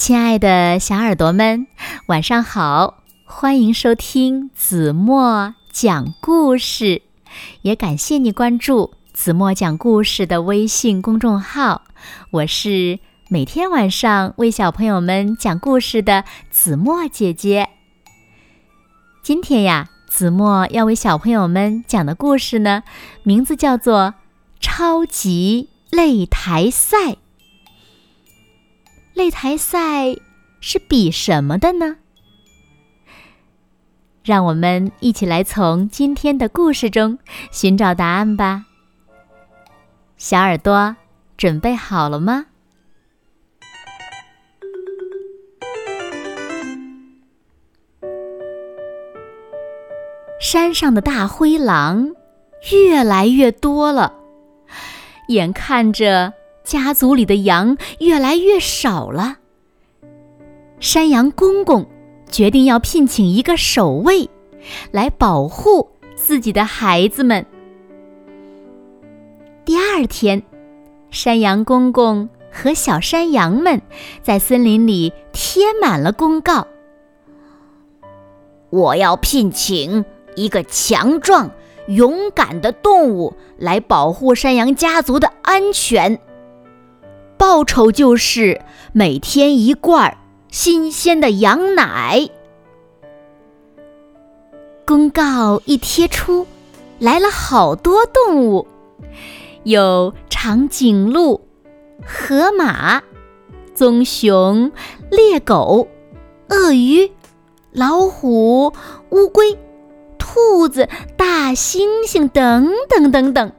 亲爱的小耳朵们，晚上好，欢迎收听子墨讲故事，也感谢你关注子墨讲故事的微信公众号。我是每天晚上为小朋友们讲故事的子墨姐姐。今天呀，子墨要为小朋友们讲的故事呢，名字叫做超级擂台赛。擂台赛是比什么的呢？让我们一起来从今天的故事中寻找答案吧。小耳朵准备好了吗？山上的大灰狼越来越多了，眼看着家族里的羊越来越少了。山羊公公决定要聘请一个守卫来保护自己的孩子们。第二天，山羊公公和小山羊们在森林里贴满了公告： 我要聘请一个强壮勇敢的动物来保护山羊家族的安全，报酬就是每天一罐新鲜的羊奶。 公告一贴出，来了好多动物，有长颈鹿、河马、棕熊、猎狗、鳄鱼、老虎、乌龟、兔子、大猩猩等等等等。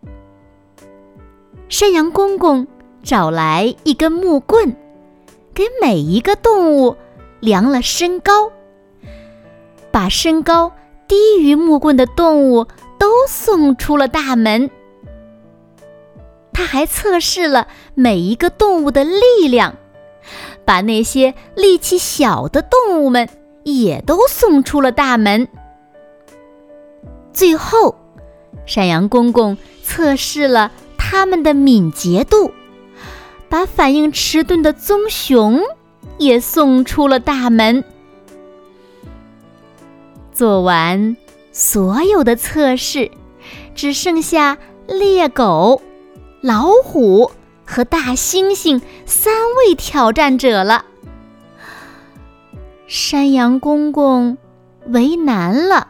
山羊公公找来一根木棍，给每一个动物量了身高，把身高低于木棍的动物都送出了大门。他还测试了每一个动物的力量，把那些力气小的动物们也都送出了大门。最后，山羊公公测试了他们的敏捷度，把反应迟钝的棕熊也送出了大门。做完所有的测试，只剩下猎狗、老虎和大猩猩三位挑战者了。山羊公公为难了。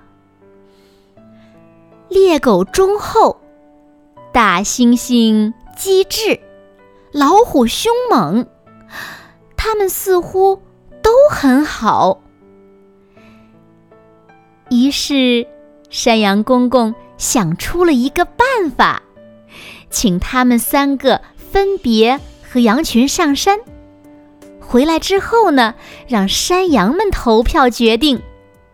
猎狗忠厚，大猩猩机智，老虎凶猛，他们似乎都很好。于是山羊公公想出了一个办法，请他们三个分别和羊群上山，回来之后呢，让山羊们投票决定。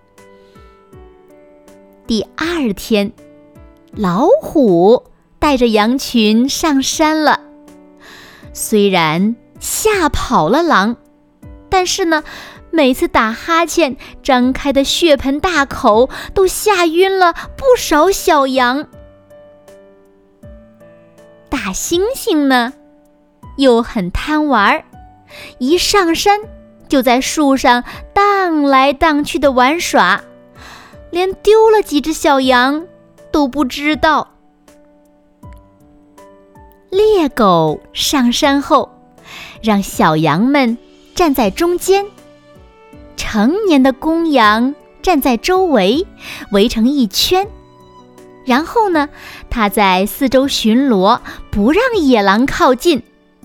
第二天，老虎带着羊群上山了。虽然吓跑了狼，但是呢，每次打哈欠张开的血盆大口都吓晕了不少小羊。大猩猩呢，又很贪玩，一上山就在树上荡来荡去的玩耍，连丢了几只小羊都不知道。猎狗上山后，让小羊们站在中间，成年的公羊站在周围，围成一圈。然后呢，它在四周巡逻，不让野狼靠近。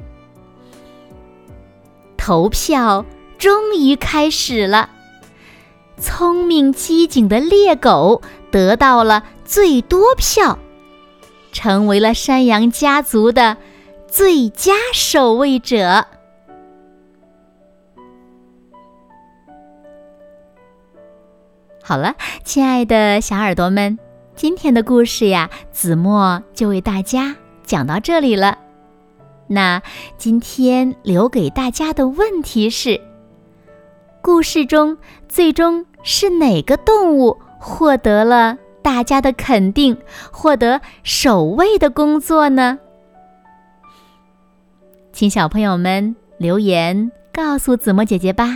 投票终于开始了。聪明机警的猎狗得到了最多票，成为了山羊家族的最佳守卫者。好了，亲爱的小耳朵们，今天的故事呀，子墨就为大家讲到这里了。那今天留给大家的问题是，故事中最终是哪个动物获得了大家的肯定，获得守卫的工作呢？请小朋友们留言告诉子墨姐姐吧。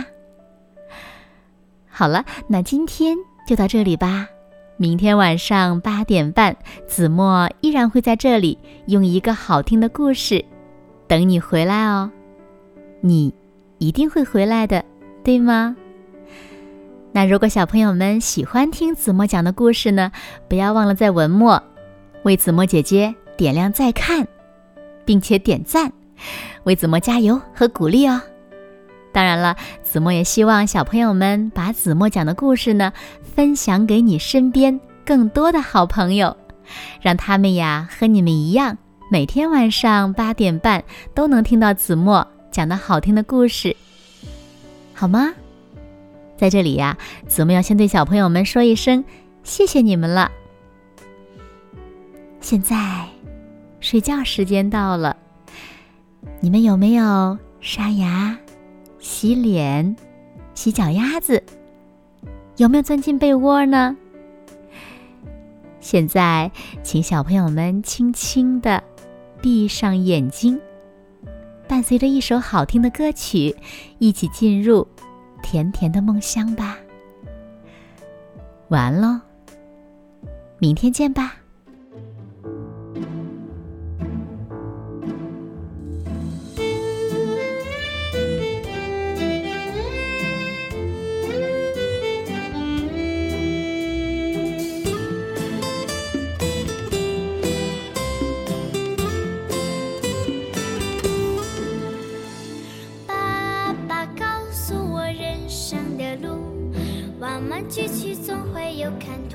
好了，那今天就到这里吧。明天晚上8点半，子墨依然会在这里用一个好听的故事等你回来哦。你一定会回来的，对吗？那如果小朋友们喜欢听子墨讲的故事呢，不要忘了在文末为子墨姐姐点亮再看，并且点赞，为子墨加油和鼓励哦。当然了，子墨也希望小朋友们把子墨讲的故事呢分享给你身边更多的好朋友，让他们呀和你们一样，每天晚上8点半都能听到子墨讲的好听的故事，好吗？在这里呀，子墨要先对小朋友们说一声谢谢你们了。现在睡觉时间到了，你们有没有刷牙、洗脸、洗脚丫子？有没有钻进被窝呢？现在请小朋友们轻轻地闭上眼睛，伴随着一首好听的歌曲，一起进入甜甜的梦乡吧。晚安喽，明天见吧。 弯弯曲曲总会有看